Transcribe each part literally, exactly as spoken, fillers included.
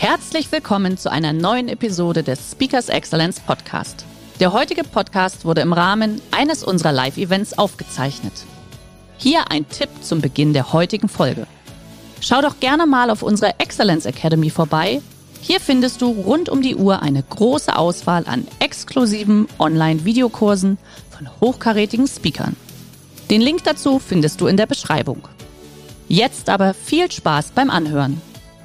Herzlich willkommen zu einer neuen Episode des Speakers Excellence Podcast. Der heutige Podcast wurde im Rahmen eines unserer Live-Events aufgezeichnet. Hier ein Tipp zum Beginn der heutigen Folge. Schau doch gerne mal auf unserer Excellence Academy vorbei. Hier findest du rund um die Uhr eine große Auswahl an exklusiven Online-Videokursen von hochkarätigen Speakern. Den Link dazu findest du in der Beschreibung. Jetzt aber viel Spaß beim Anhören.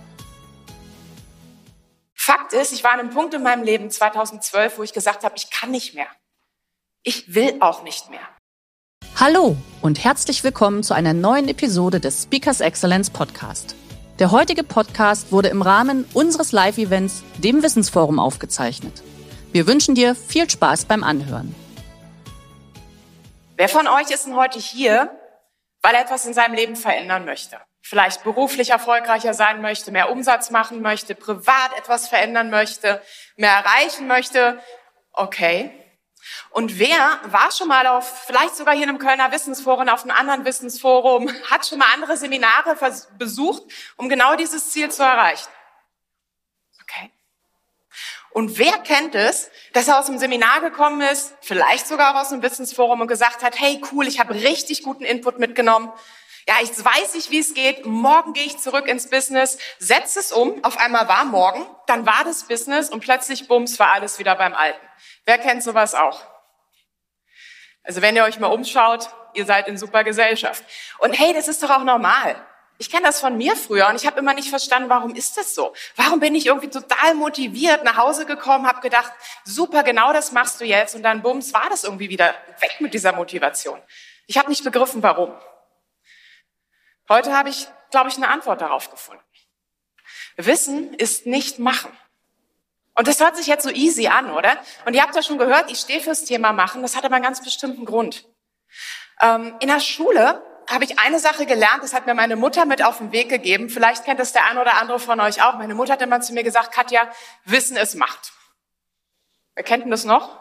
Fakt ist, ich war an einem Punkt in meinem Leben zweitausendzwölf, wo ich gesagt habe, ich kann nicht mehr. Ich will auch nicht mehr. Hallo und herzlich willkommen zu einer neuen Episode des Speakers Excellence Podcast. Der heutige Podcast wurde im Rahmen unseres Live-Events, dem Wissensforum, aufgezeichnet. Wir wünschen dir viel Spaß beim Anhören. Wer von euch ist denn heute hier, weil er etwas in seinem Leben verändern möchte? Vielleicht beruflich erfolgreicher sein möchte, mehr Umsatz machen möchte, privat etwas verändern möchte, mehr erreichen möchte. Okay. Und wer war schon mal auf, vielleicht sogar hier in einem Kölner Wissensforum, auf einem anderen Wissensforum, hat schon mal andere Seminare vers- besucht, um genau dieses Ziel zu erreichen? Okay. Und wer kennt es, dass er aus dem Seminar gekommen ist, vielleicht sogar auch aus einem Wissensforum und gesagt hat, hey cool, ich habe richtig guten Input mitgenommen. Ja, ich weiß nicht, wie es geht. Morgen gehe ich zurück ins Business, setze es um. Auf einmal war morgen, dann war das Business und plötzlich, bums, war alles wieder beim Alten. Wer kennt sowas auch? Also wenn ihr euch mal umschaut, ihr seid in super Gesellschaft. Und hey, das ist doch auch normal. Ich kenne das von mir früher und ich habe immer nicht verstanden, warum ist das so? Warum bin ich irgendwie total motiviert nach Hause gekommen, habe gedacht, super, genau das machst du jetzt. Und dann, bums, war das irgendwie wieder weg mit dieser Motivation. Ich habe nicht begriffen, warum. Heute habe ich, glaube ich, eine Antwort darauf gefunden. Wissen ist nicht machen. Und das hört sich jetzt so easy an, oder? Und ihr habt ja schon gehört, ich stehe fürs Thema machen. Das hat aber einen ganz bestimmten Grund. Ähm, in der Schule habe ich eine Sache gelernt, das hat mir meine Mutter mit auf den Weg gegeben. Vielleicht kennt das der ein oder andere von euch auch. Meine Mutter hat immer zu mir gesagt, Katja, Wissen ist Macht. Wer kennt denn das noch?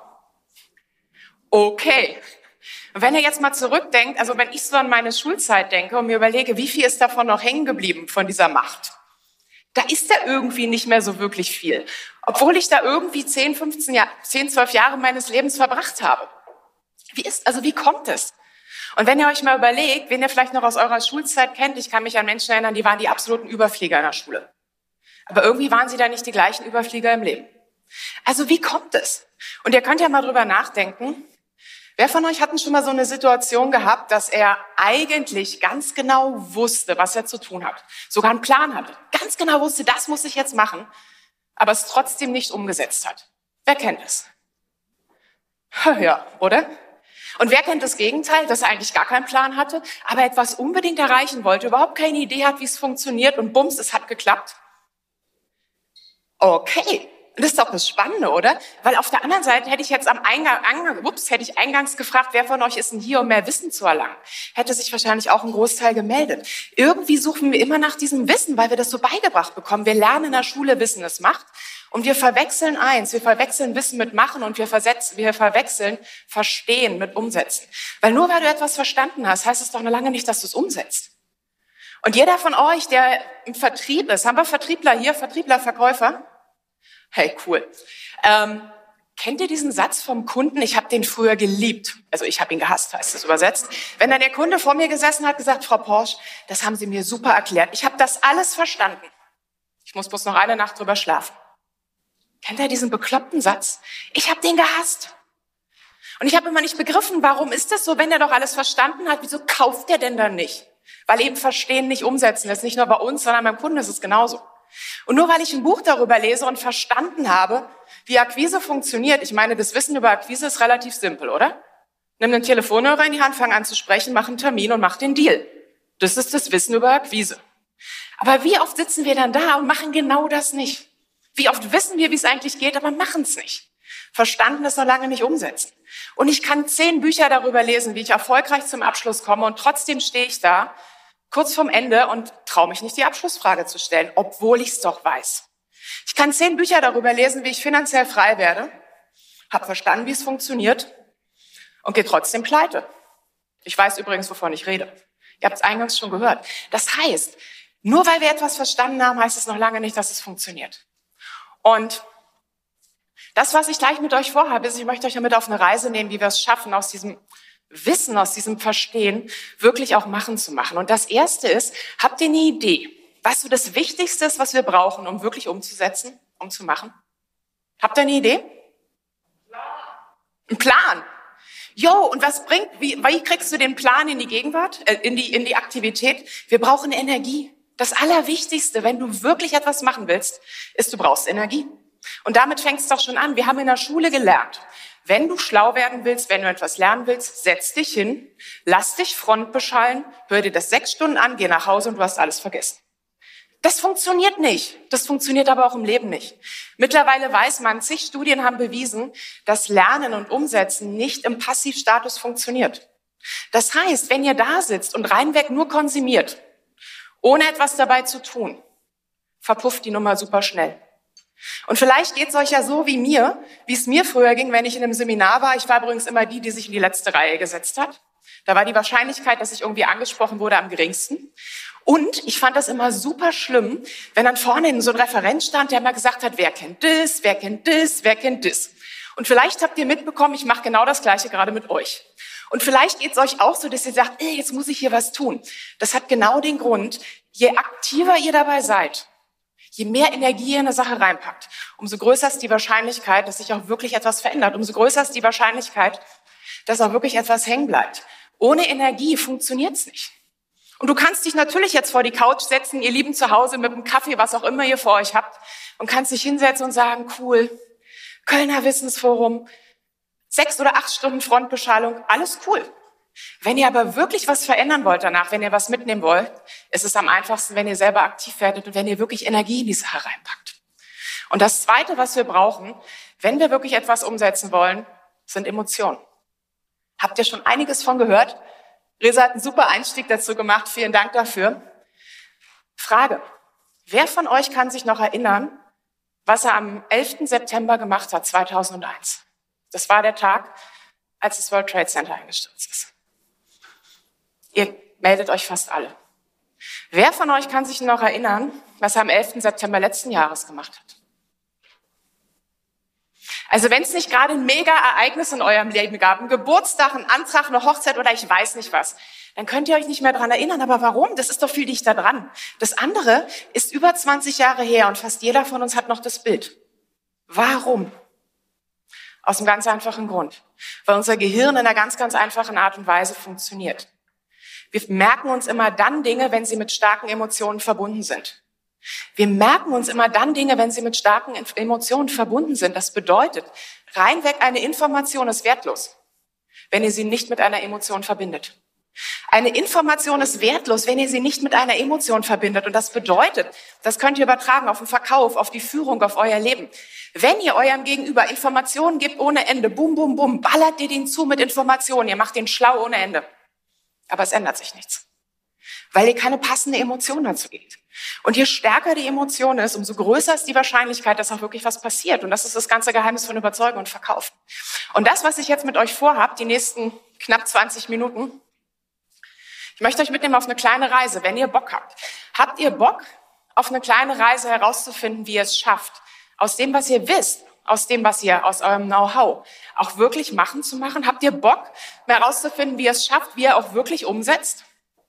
Okay. Und wenn ihr jetzt mal zurückdenkt, also wenn ich so an meine Schulzeit denke und mir überlege, wie viel ist davon noch hängen geblieben von dieser Macht? Da ist da irgendwie nicht mehr so wirklich viel. Obwohl ich da irgendwie zehn, fünfzehn, Jahre, zehn, zwölf Jahre meines Lebens verbracht habe. Wie ist, also wie kommt es? Und wenn ihr euch mal überlegt, wen ihr vielleicht noch aus eurer Schulzeit kennt, ich kann mich an Menschen erinnern, die waren die absoluten Überflieger in der Schule. Aber irgendwie waren sie da nicht die gleichen Überflieger im Leben. Also wie kommt es? Und ihr könnt ja mal drüber nachdenken. Wer von euch hat denn schon mal so eine Situation gehabt, dass er eigentlich ganz genau wusste, was er zu tun hat? Sogar einen Plan hatte. Ganz genau wusste, das muss ich jetzt machen, aber es trotzdem nicht umgesetzt hat. Wer kennt es? Ja, oder? Und wer kennt das Gegenteil, dass er eigentlich gar keinen Plan hatte, aber etwas unbedingt erreichen wollte, überhaupt keine Idee hat, wie es funktioniert und bums, es hat geklappt? Okay. Das ist doch das Spannende, oder? Weil auf der anderen Seite hätte ich jetzt am Eingang, Eingang, ups, hätte ich eingangs gefragt, wer von euch ist denn hier, um mehr Wissen zu erlangen? Hätte sich wahrscheinlich auch ein Großteil gemeldet. Irgendwie suchen wir immer nach diesem Wissen, weil wir das so beigebracht bekommen. Wir lernen in der Schule, Wissen ist Macht. Und wir verwechseln eins, wir verwechseln Wissen mit Machen und wir, versetzen, wir verwechseln Verstehen mit Umsetzen. Weil nur weil du etwas verstanden hast, heißt es doch noch lange nicht, dass du es umsetzt. Und jeder von euch, der im Vertrieb ist, haben wir Vertriebler hier, Vertriebler, Verkäufer? Hey, cool. Ähm, kennt ihr diesen Satz vom Kunden? Ich habe den früher geliebt. Also ich habe ihn gehasst, heißt es übersetzt. Wenn dann der Kunde vor mir gesessen hat, gesagt, Frau Porsch, das haben Sie mir super erklärt. Ich habe das alles verstanden. Ich muss bloß noch eine Nacht drüber schlafen. Kennt ihr diesen bekloppten Satz? Ich habe den gehasst. Und ich habe immer nicht begriffen, warum ist das so, wenn er doch alles verstanden hat, wieso kauft er denn dann nicht? Weil eben Verstehen nicht umsetzen ist. Nicht nur bei uns, sondern beim Kunden ist es genauso. Und nur weil ich ein Buch darüber lese und verstanden habe, wie Akquise funktioniert, ich meine, das Wissen über Akquise ist relativ simpel, oder? Nimm den Telefonhörer in die Hand, fang an zu sprechen, mach einen Termin und mach den Deal. Das ist das Wissen über Akquise. Aber wie oft sitzen wir dann da und machen genau das nicht? Wie oft wissen wir, wie es eigentlich geht, aber machen es nicht? Verstanden ist noch lange nicht umsetzen. Und ich kann zehn Bücher darüber lesen, wie ich erfolgreich zum Abschluss komme und trotzdem stehe ich da, kurz vorm Ende und traue mich nicht, die Abschlussfrage zu stellen, obwohl ich es doch weiß. Ich kann zehn Bücher darüber lesen, wie ich finanziell frei werde, habe verstanden, wie es funktioniert und gehe trotzdem pleite. Ich weiß übrigens, wovon ich rede. Ihr habt es eingangs schon gehört. Das heißt, nur weil wir etwas verstanden haben, heißt es noch lange nicht, dass es funktioniert. Und das, was ich gleich mit euch vorhabe, ist, ich möchte euch damit auf eine Reise nehmen, wie wir es schaffen, aus diesem Wissen, aus diesem Verstehen wirklich auch machen zu machen. Und das Erste ist, habt ihr eine Idee, was so das Wichtigste ist, was wir brauchen, um wirklich umzusetzen, um zu machen? Habt ihr eine Idee? Ein Plan. Jo, und was bringt, wie, wie kriegst du den Plan in die Gegenwart, äh, in die, in die Aktivität? Wir brauchen Energie. Das Allerwichtigste, wenn du wirklich etwas machen willst, ist, du brauchst Energie. Und damit fängt es doch schon an. Wir haben in der Schule gelernt, wenn du schlau werden willst, wenn du etwas lernen willst, setz dich hin, lass dich Front beschallen, hör dir das sechs Stunden an, geh nach Hause und du hast alles vergessen. Das funktioniert nicht. Das funktioniert aber auch im Leben nicht. Mittlerweile weiß man, zig Studien haben bewiesen, dass Lernen und Umsetzen nicht im Passivstatus funktioniert. Das heißt, wenn ihr da sitzt und reinweg nur konsumiert, ohne etwas dabei zu tun, verpufft die Nummer super schnell. Und vielleicht geht's euch ja so wie mir, wie es mir früher ging, wenn ich in einem Seminar war. Ich war übrigens immer die, die sich in die letzte Reihe gesetzt hat. Da war die Wahrscheinlichkeit, dass ich irgendwie angesprochen wurde, am geringsten. Und ich fand das immer super schlimm, wenn dann vorne in so ein Referent stand, der immer gesagt hat, wer kennt das, wer kennt das, wer kennt das. Und vielleicht habt ihr mitbekommen, ich mache genau das Gleiche gerade mit euch. Und vielleicht geht's euch auch so, dass ihr sagt, ey, jetzt muss ich hier was tun. Das hat genau den Grund, je aktiver ihr dabei seid, je mehr Energie ihr in eine Sache reinpackt, umso größer ist die Wahrscheinlichkeit, dass sich auch wirklich etwas verändert. Umso größer ist die Wahrscheinlichkeit, dass auch wirklich etwas hängen bleibt. Ohne Energie funktioniert's nicht. Und du kannst dich natürlich jetzt vor die Couch setzen, ihr Lieben zu Hause mit einem Kaffee, was auch immer ihr vor euch habt, und kannst dich hinsetzen und sagen, cool, Kölner Wissensforum, sechs oder acht Stunden Frontbeschallung, alles cool. Wenn ihr aber wirklich was verändern wollt danach, wenn ihr was mitnehmen wollt, ist es am einfachsten, wenn ihr selber aktiv werdet und wenn ihr wirklich Energie in die Sache reinpackt. Und das Zweite, was wir brauchen, wenn wir wirklich etwas umsetzen wollen, sind Emotionen. Habt ihr schon einiges von gehört? Resa hat einen super Einstieg dazu gemacht. Vielen Dank dafür. Frage. Wer von euch kann sich noch erinnern, was er am elften September gemacht hat, zweitausendeins? Das war der Tag, als das World Trade Center eingestürzt ist. Ihr meldet euch fast alle. Wer von euch kann sich noch erinnern, was er am elften September letzten Jahres gemacht hat? Also wenn es nicht gerade ein Mega-Ereignis in eurem Leben gab, ein Geburtstag, ein Antrag, eine Hochzeit oder ich weiß nicht was, dann könnt ihr euch nicht mehr dran erinnern. Aber warum? Das ist doch viel dichter dran. Das andere ist über zwanzig Jahre her und fast jeder von uns hat noch das Bild. Warum? Aus einem ganz einfachen Grund. Weil unser Gehirn in einer ganz, ganz einfachen Art und Weise funktioniert. Wir merken uns immer dann Dinge, wenn sie mit starken Emotionen verbunden sind. Wir merken uns immer dann Dinge, wenn sie mit starken Emotionen verbunden sind. Das bedeutet, reinweg eine Information ist wertlos, wenn ihr sie nicht mit einer Emotion verbindet. Eine Information ist wertlos, wenn ihr sie nicht mit einer Emotion verbindet. Und das bedeutet, das könnt ihr übertragen auf den Verkauf, auf die Führung, auf euer Leben. Wenn ihr eurem Gegenüber Informationen gebt ohne Ende, bum, bum, bum, ballert ihr den zu mit Informationen. Ihr macht den schlau ohne Ende. Aber es ändert sich nichts, weil ihr keine passende Emotion dazu gebt. Und je stärker die Emotion ist, umso größer ist die Wahrscheinlichkeit, dass auch wirklich was passiert. Und das ist das ganze Geheimnis von Überzeugen und Verkaufen. Und das, was ich jetzt mit euch vorhabe, die nächsten knapp zwanzig Minuten, ich möchte euch mitnehmen auf eine kleine Reise, wenn ihr Bock habt. Habt ihr Bock, auf eine kleine Reise herauszufinden, wie ihr es schafft, aus dem, was ihr wisst, aus dem, was ihr aus eurem Know-how auch wirklich machen zu machen? Habt ihr Bock, herauszufinden, wie ihr es schafft, wie ihr auch wirklich umsetzt?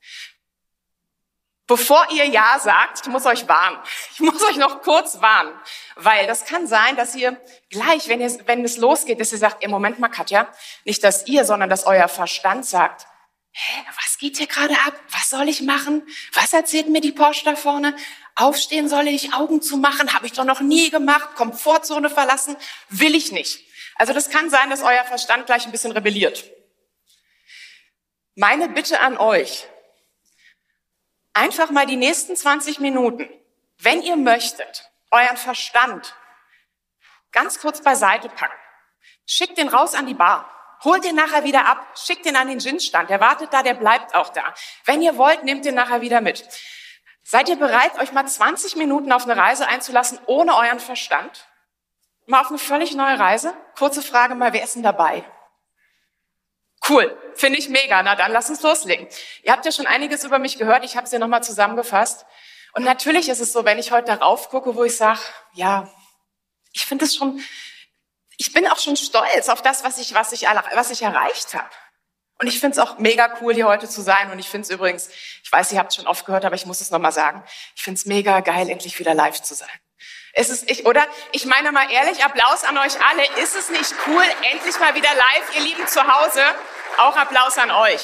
Bevor ihr Ja sagt, ich muss euch warnen. Ich muss euch noch kurz warnen, weil das kann sein, dass ihr gleich, wenn, ihr, wenn es losgeht, dass ihr sagt, im Moment mal, Katja, nicht dass ihr, sondern dass euer Verstand sagt, hä, was geht hier gerade ab? Was soll ich machen? Was erzählt mir die Porsche da vorne? Aufstehen soll ich, Augen zu machen? Habe ich doch noch nie gemacht. Komfortzone verlassen? Will ich nicht. Also das kann sein, dass euer Verstand gleich ein bisschen rebelliert. Meine Bitte an euch, einfach mal die nächsten zwanzig Minuten, wenn ihr möchtet, euren Verstand ganz kurz beiseite packen. Schickt den raus an die Bar. Holt den nachher wieder ab. Schickt den an den Gin-Stand. Der wartet da, der bleibt auch da. Wenn ihr wollt, nehmt den nachher wieder mit. Seid ihr bereit, euch mal zwanzig Minuten auf eine Reise einzulassen, ohne euren Verstand? Mal auf eine völlig neue Reise? Kurze Frage mal, wer ist denn dabei? Cool, finde ich mega. Na dann, lasst uns loslegen. Ihr habt ja schon einiges über mich gehört. Ich habe es ja nochmal zusammengefasst. Und natürlich ist es so, wenn ich heute darauf gucke, wo ich sage, ja, Ich finde es schon, ich bin auch schon stolz auf das, was ich, was ich, was ich erreicht habe. Und ich finde es auch mega cool, hier heute zu sein. Und ich finde es übrigens, ich weiß, ihr habt es schon oft gehört, aber ich muss es nochmal sagen, ich finde es mega geil, endlich wieder live zu sein. Es ist, ich, oder? Ich meine mal ehrlich, Applaus an euch alle. Ist es nicht cool, endlich mal wieder live, ihr Lieben zu Hause? Auch Applaus an euch.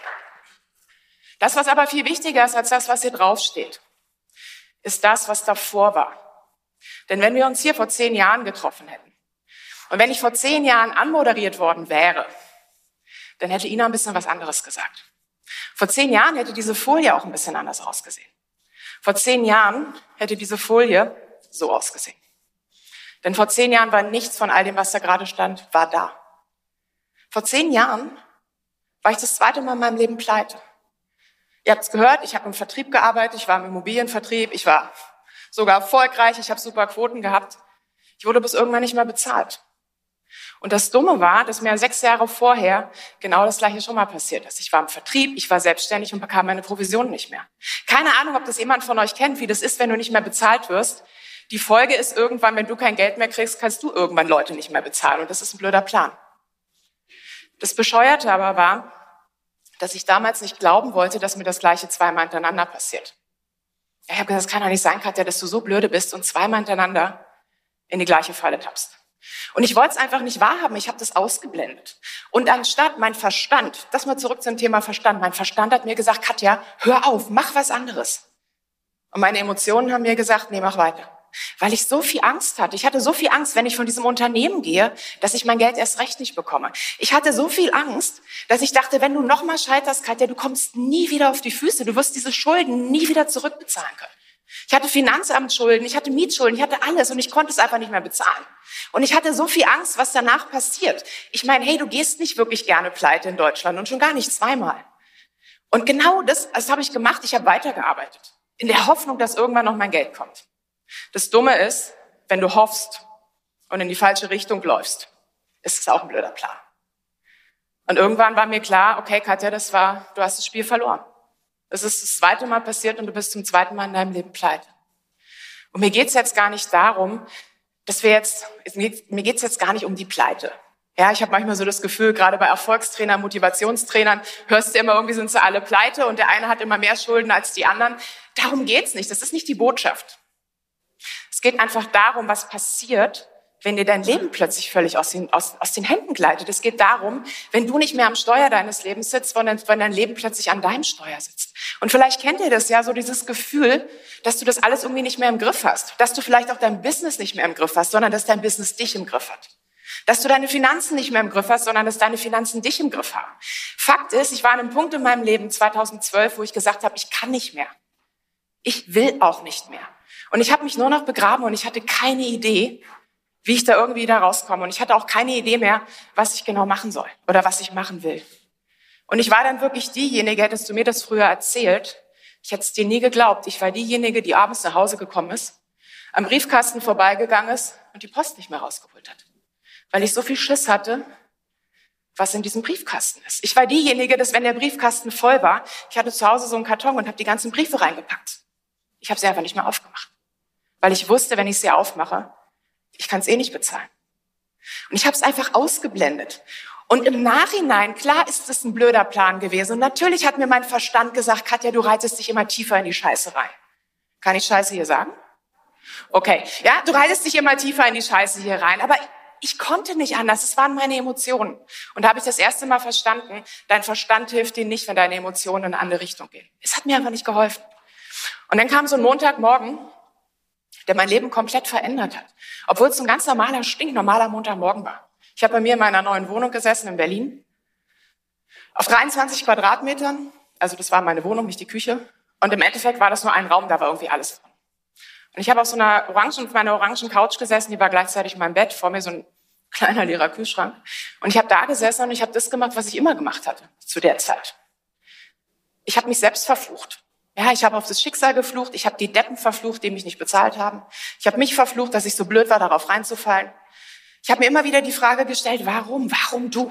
Das, was aber viel wichtiger ist als das, was hier draufsteht, ist das, was davor war. Denn wenn wir uns hier vor zehn Jahren getroffen hätten und wenn ich vor zehn Jahren anmoderiert worden wäre, dann hätte Ina ein bisschen was anderes gesagt. Vor zehn Jahren hätte diese Folie auch ein bisschen anders ausgesehen. Vor zehn Jahren hätte diese Folie so ausgesehen. Denn vor zehn Jahren war nichts von all dem, was da gerade stand, war da. Vor zehn Jahren war ich das zweite Mal in meinem Leben pleite. Ihr habt es gehört, ich habe im Vertrieb gearbeitet, ich war im Immobilienvertrieb, ich war sogar erfolgreich, ich habe super Quoten gehabt. Ich wurde bis irgendwann nicht mehr bezahlt. Und das Dumme war, dass mir sechs Jahre vorher genau das Gleiche schon mal passiert ist. Ich war im Vertrieb, ich war selbstständig und bekam meine Provision nicht mehr. Keine Ahnung, ob das jemand von euch kennt, wie das ist, wenn du nicht mehr bezahlt wirst. Die Folge ist irgendwann, wenn du kein Geld mehr kriegst, kannst du irgendwann Leute nicht mehr bezahlen. Und das ist ein blöder Plan. Das Bescheuerte aber war, dass ich damals nicht glauben wollte, dass mir das Gleiche zweimal hintereinander passiert. Ich habe gesagt, das kann doch nicht sein, Katja, dass du so blöde bist und zweimal hintereinander in die gleiche Falle tappst. Und ich wollte es einfach nicht wahrhaben, ich habe das ausgeblendet. Und anstatt mein Verstand, das mal zurück zum Thema Verstand, mein Verstand hat mir gesagt, Katja, hör auf, mach was anderes. Und meine Emotionen haben mir gesagt, nee, mach weiter. Weil ich so viel Angst hatte. Ich hatte so viel Angst, wenn ich von diesem Unternehmen gehe, dass ich mein Geld erst recht nicht bekomme. Ich hatte so viel Angst, dass ich dachte, wenn du nochmal scheiterst, Katja, du kommst nie wieder auf die Füße. Du wirst diese Schulden nie wieder zurückbezahlen können. Ich hatte Finanzamtsschulden, ich hatte Mietschulden, ich hatte alles und ich konnte es einfach nicht mehr bezahlen. Und ich hatte so viel Angst, was danach passiert. Ich meine, hey, du gehst nicht wirklich gerne pleite in Deutschland und schon gar nicht zweimal. Und genau das, das habe ich gemacht. Ich habe weitergearbeitet. In der Hoffnung, dass irgendwann noch mein Geld kommt. Das Dumme ist, wenn du hoffst und in die falsche Richtung läufst, ist es auch ein blöder Plan. Und irgendwann war mir klar, okay, Katja, das war, du hast das Spiel verloren. Es ist das zweite Mal passiert und du bist zum zweiten Mal in deinem Leben pleite. Und mir geht's jetzt gar nicht darum, dass wir jetzt, mir geht's jetzt gar nicht um die Pleite. Ja, ich habe manchmal so das Gefühl, gerade bei Erfolgstrainern, Motivationstrainern, hörst du immer, irgendwie sind sie alle pleite und der eine hat immer mehr Schulden als die anderen. Darum geht's nicht, das ist nicht die Botschaft. Es geht einfach darum, was passiert, wenn dir dein Leben plötzlich völlig aus den, aus, aus den Händen gleitet. Es geht darum, wenn du nicht mehr am Steuer deines Lebens sitzt, sondern wenn dein Leben plötzlich an deinem Steuer sitzt. Und vielleicht kennt ihr das ja, so dieses Gefühl, dass du das alles irgendwie nicht mehr im Griff hast. Dass du vielleicht auch dein Business nicht mehr im Griff hast, sondern dass dein Business dich im Griff hat. Dass du deine Finanzen nicht mehr im Griff hast, sondern dass deine Finanzen dich im Griff haben. Fakt ist, ich war an einem Punkt in meinem Leben zweitausendzwölf, wo ich gesagt habe, ich kann nicht mehr. Ich will auch nicht mehr. Und ich habe mich nur noch begraben und ich hatte keine Idee, wie ich da irgendwie da rauskomme. Und ich hatte auch keine Idee mehr, was ich genau machen soll oder was ich machen will. Und ich war dann wirklich diejenige, hättest du mir das früher erzählt, ich hätte es dir nie geglaubt, ich war diejenige, die abends nach Hause gekommen ist, am Briefkasten vorbeigegangen ist und die Post nicht mehr rausgeholt hat. Weil ich so viel Schiss hatte, was in diesem Briefkasten ist. Ich war diejenige, dass wenn der Briefkasten voll war, ich hatte zu Hause so einen Karton und habe die ganzen Briefe reingepackt. Ich habe sie einfach nicht mehr aufgemacht. Weil ich wusste, wenn ich sie aufmache, ich kann es eh nicht bezahlen. Und ich habe es einfach ausgeblendet. Und im Nachhinein, klar ist es ein blöder Plan gewesen. Und natürlich hat mir mein Verstand gesagt, Katja, du reitest dich immer tiefer in die Scheiße rein. Kann ich Scheiße hier sagen? Okay, ja, du reitest dich immer tiefer in die Scheiße hier rein. Aber ich konnte nicht anders, es waren meine Emotionen. Und da habe ich das erste Mal verstanden, dein Verstand hilft dir nicht, wenn deine Emotionen in eine andere Richtung gehen. Es hat mir einfach nicht geholfen. Und dann kam so ein Montagmorgen, der mein Leben komplett verändert hat. Obwohl es ein ganz normaler, stinknormaler Montagmorgen war. Ich habe bei mir in meiner neuen Wohnung gesessen in Berlin. Auf dreiundzwanzig Quadratmetern, also das war meine Wohnung, nicht die Küche. Und im Endeffekt war das nur ein Raum, da war irgendwie alles drin. Und ich habe auf so einer orangen, auf meiner orangen Couch gesessen, die war gleichzeitig in meinem Bett, vor mir so ein kleiner leerer Kühlschrank. Und ich habe da gesessen und ich habe das gemacht, was ich immer gemacht hatte zu der Zeit. Ich habe mich selbst verflucht. Ja, ich habe auf das Schicksal geflucht, ich habe die Deppen verflucht, die mich nicht bezahlt haben. Ich habe mich verflucht, dass ich so blöd war, darauf reinzufallen. Ich habe mir immer wieder die Frage gestellt, warum, warum du?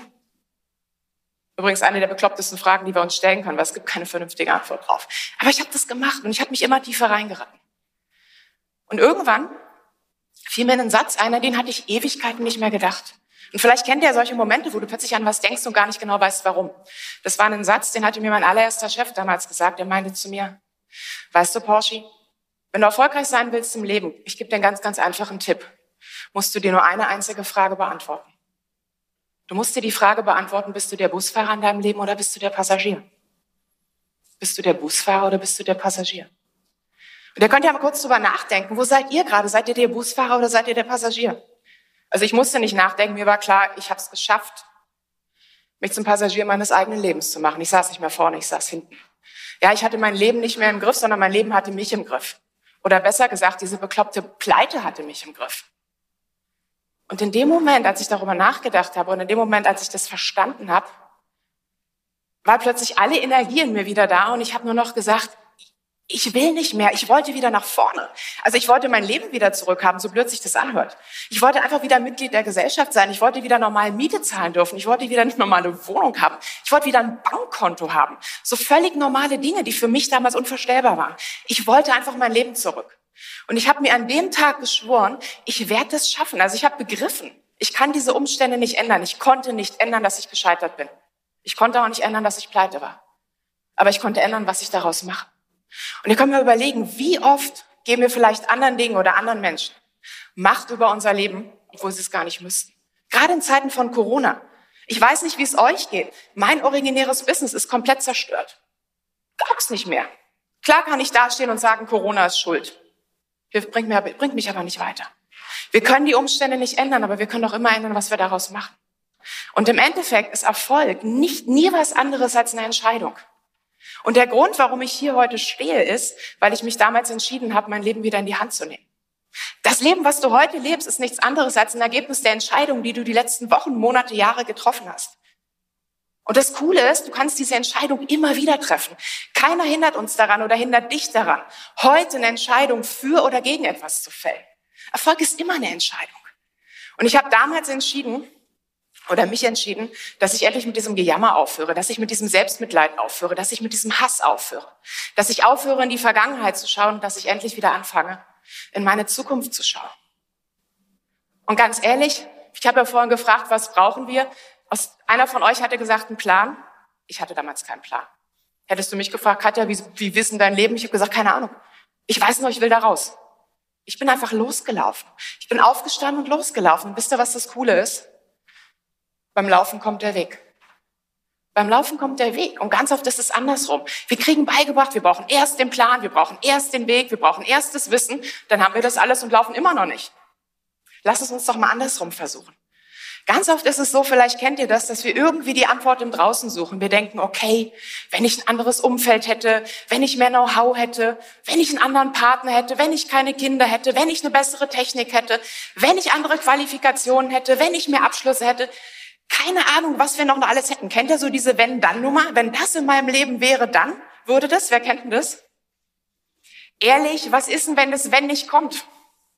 Übrigens eine der beklopptesten Fragen, die wir uns stellen können, weil es gibt keine vernünftige Antwort drauf. Aber ich habe das gemacht und ich habe mich immer tiefer reingeraten. Und irgendwann fiel mir ein Satz ein, an den hatte ich Ewigkeiten nicht mehr gedacht. Und vielleicht kennt ihr ja solche Momente, wo du plötzlich an was denkst und gar nicht genau weißt, warum. Das war ein Satz, den hatte mir mein allererster Chef damals gesagt. Der meinte zu mir, weißt du, Porsche, wenn du erfolgreich sein willst im Leben, ich gebe dir einen ganz, ganz einfachen Tipp, musst du dir nur eine einzige Frage beantworten. Du musst dir die Frage beantworten, bist du der Busfahrer in deinem Leben oder bist du der Passagier? Bist du der Busfahrer oder bist du der Passagier? Und ihr könnt ja mal kurz drüber nachdenken, wo seid ihr gerade? Seid ihr der Busfahrer oder seid ihr der Passagier? Also ich musste nicht nachdenken, mir war klar, ich habe es geschafft, mich zum Passagier meines eigenen Lebens zu machen. Ich saß nicht mehr vorne, ich saß hinten. Ja, ich hatte mein Leben nicht mehr im Griff, sondern mein Leben hatte mich im Griff. Oder besser gesagt, diese bekloppte Pleite hatte mich im Griff. Und in dem Moment, als ich darüber nachgedacht habe und in dem Moment, als ich das verstanden habe, war plötzlich alle Energie in mir wieder da und ich habe nur noch gesagt, ich will nicht mehr, ich wollte wieder nach vorne. Also ich wollte mein Leben wieder zurückhaben, so blöd sich das anhört. Ich wollte einfach wieder Mitglied der Gesellschaft sein, ich wollte wieder normal Miete zahlen dürfen, ich wollte wieder eine normale Wohnung haben, ich wollte wieder ein Bankkonto haben. So völlig normale Dinge, die für mich damals unvorstellbar waren. Ich wollte einfach mein Leben zurück. Und ich habe mir an dem Tag geschworen, ich werde das schaffen. Also ich habe begriffen, ich kann diese Umstände nicht ändern. Ich konnte nicht ändern, dass ich gescheitert bin. Ich konnte auch nicht ändern, dass ich pleite war. Aber ich konnte ändern, was ich daraus mache. Und ihr könnt mir überlegen, wie oft geben wir vielleicht anderen Dingen oder anderen Menschen Macht über unser Leben, obwohl sie es gar nicht müssten. Gerade in Zeiten von Corona. Ich weiß nicht, wie es euch geht. Mein originäres Business ist komplett zerstört. Gab's nicht mehr. Klar kann ich dastehen und sagen, Corona ist schuld. Das bringt, mir, bringt mich aber nicht weiter. Wir können die Umstände nicht ändern, aber wir können doch immer ändern, was wir daraus machen. Und im Endeffekt ist Erfolg nicht nie was anderes als eine Entscheidung. Und der Grund, warum ich hier heute stehe, ist, weil ich mich damals entschieden habe, mein Leben wieder in die Hand zu nehmen. Das Leben, was du heute lebst, ist nichts anderes als ein Ergebnis der Entscheidungen, die du die letzten Wochen, Monate, Jahre getroffen hast. Und das Coole ist, du kannst diese Entscheidung immer wieder treffen. Keiner hindert uns daran oder hindert dich daran, heute eine Entscheidung für oder gegen etwas zu fällen. Erfolg ist immer eine Entscheidung. Und ich habe damals entschieden, oder mich entschieden, dass ich endlich mit diesem Gejammer aufhöre, dass ich mit diesem Selbstmitleid aufhöre, dass ich mit diesem Hass aufhöre, dass ich aufhöre, in die Vergangenheit zu schauen und dass ich endlich wieder anfange, in meine Zukunft zu schauen. Und ganz ehrlich, ich habe ja vorhin gefragt, was brauchen wir? Einer von euch hatte gesagt, einen Plan. Ich hatte damals keinen Plan. Hättest du mich gefragt, Katja, wie, wie wissen dein Leben? Ich habe gesagt, keine Ahnung. Ich weiß nur, ich will da raus. Ich bin einfach losgelaufen. Ich bin aufgestanden und losgelaufen. Und wisst ihr, was das Coole ist? Beim Laufen kommt der Weg. Beim Laufen kommt der Weg. Und ganz oft ist es andersrum. Wir kriegen beigebracht, wir brauchen erst den Plan, wir brauchen erst den Weg, wir brauchen erst das Wissen. Dann haben wir das alles und laufen immer noch nicht. Lass es uns doch mal andersrum versuchen. Ganz oft ist es so, vielleicht kennt ihr das, dass wir irgendwie die Antwort im Draußen suchen. Wir denken, okay, wenn ich ein anderes Umfeld hätte, wenn ich mehr Know-how hätte, wenn ich einen anderen Partner hätte, wenn ich keine Kinder hätte, wenn ich eine bessere Technik hätte, wenn ich andere Qualifikationen hätte, wenn ich mehr Abschlüsse hätte. Keine Ahnung, was wir noch alles hätten. Kennt ihr so diese Wenn-Dann-Nummer? Wenn das in meinem Leben wäre, dann würde das. Wer kennt denn das? Ehrlich, was ist denn, wenn das Wenn nicht kommt?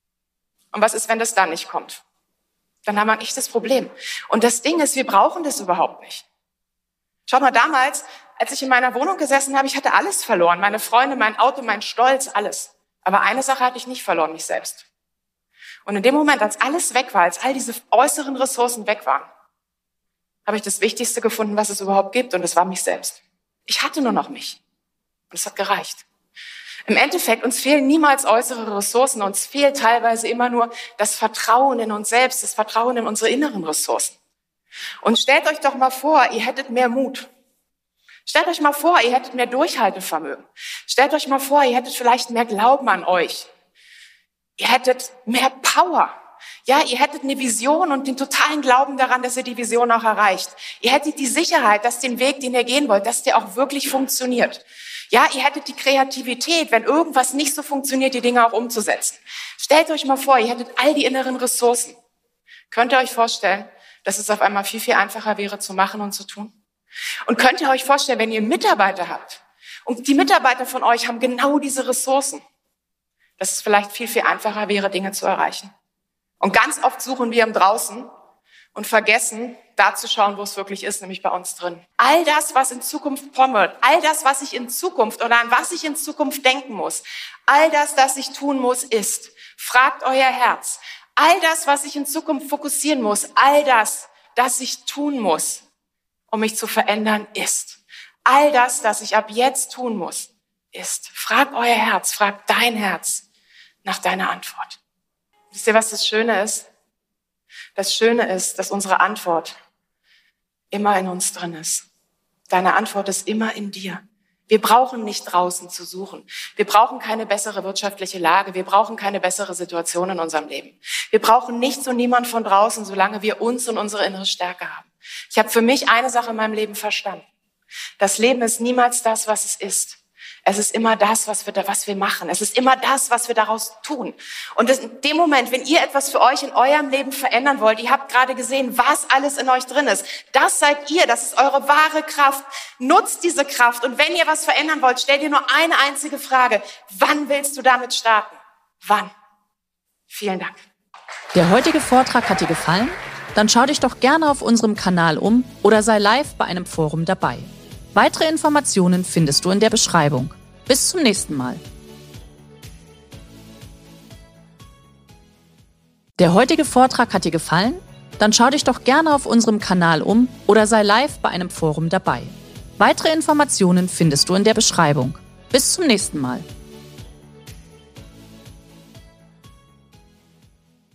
Und was ist, wenn das dann nicht kommt? Dann haben wir ein echtes Problem. Und das Ding ist, wir brauchen das überhaupt nicht. Schaut mal, damals, als ich in meiner Wohnung gesessen habe, ich hatte alles verloren. Meine Freunde, mein Auto, mein Stolz, alles. Aber eine Sache hatte ich nicht verloren, mich selbst. Und in dem Moment, als alles weg war, als all diese äußeren Ressourcen weg waren, habe ich das Wichtigste gefunden, was es überhaupt gibt, und das war mich selbst. Ich hatte nur noch mich. Und es hat gereicht. Im Endeffekt, uns fehlen niemals äußere Ressourcen, uns fehlt teilweise immer nur das Vertrauen in uns selbst, das Vertrauen in unsere inneren Ressourcen. Und stellt euch doch mal vor, ihr hättet mehr Mut. Stellt euch mal vor, ihr hättet mehr Durchhaltevermögen. Stellt euch mal vor, ihr hättet vielleicht mehr Glauben an euch. Ihr hättet mehr Power. Ja, ihr hättet eine Vision und den totalen Glauben daran, dass ihr die Vision auch erreicht. Ihr hättet die Sicherheit, dass den Weg, den ihr gehen wollt, dass der auch wirklich funktioniert. Ja, ihr hättet die Kreativität, wenn irgendwas nicht so funktioniert, die Dinge auch umzusetzen. Stellt euch mal vor, ihr hättet all die inneren Ressourcen. Könnt ihr euch vorstellen, dass es auf einmal viel, viel einfacher wäre zu machen und zu tun? Und könnt ihr euch vorstellen, wenn ihr Mitarbeiter habt und die Mitarbeiter von euch haben genau diese Ressourcen, dass es vielleicht viel, viel einfacher wäre, Dinge zu erreichen? Und ganz oft suchen wir im Draußen und vergessen, da zu schauen, wo es wirklich ist, nämlich bei uns drin. All das, was in Zukunft kommen wird, all das, was ich in Zukunft oder an was ich in Zukunft denken muss, all das, das ich tun muss, ist, fragt euer Herz, All das, was ich in Zukunft fokussieren muss, all das, das ich tun muss, um mich zu verändern, ist. All das, das ich ab jetzt tun muss, ist. Frag euer Herz, frag dein Herz nach deiner Antwort. Wisst ihr, was das Schöne ist? Das Schöne ist, dass unsere Antwort immer in uns drin ist. Deine Antwort ist immer in dir. Wir brauchen nicht draußen zu suchen. Wir brauchen keine bessere wirtschaftliche Lage. Wir brauchen keine bessere Situation in unserem Leben. Wir brauchen nichts und niemand von draußen, solange wir uns und unsere innere Stärke haben. Ich habe für mich eine Sache in meinem Leben verstanden. Das Leben ist niemals das, was es ist. Es ist immer das, was wir, da, was wir machen. Es ist immer das, was wir daraus tun. Und das, in dem Moment, wenn ihr etwas für euch in eurem Leben verändern wollt, ihr habt gerade gesehen, was alles in euch drin ist. Das seid ihr, das ist eure wahre Kraft. Nutzt diese Kraft. Und wenn ihr was verändern wollt, stellt ihr nur eine einzige Frage. Wann willst du damit starten? Wann? Vielen Dank. Der heutige Vortrag hat dir gefallen? Dann schau dich doch gerne auf unserem Kanal um oder sei live bei einem Forum dabei. Weitere Informationen findest du in der Beschreibung. Bis zum nächsten Mal. Der heutige Vortrag hat dir gefallen? Dann schau dich doch gerne auf unserem Kanal um oder sei live bei einem Forum dabei. Weitere Informationen findest du in der Beschreibung. Bis zum nächsten Mal.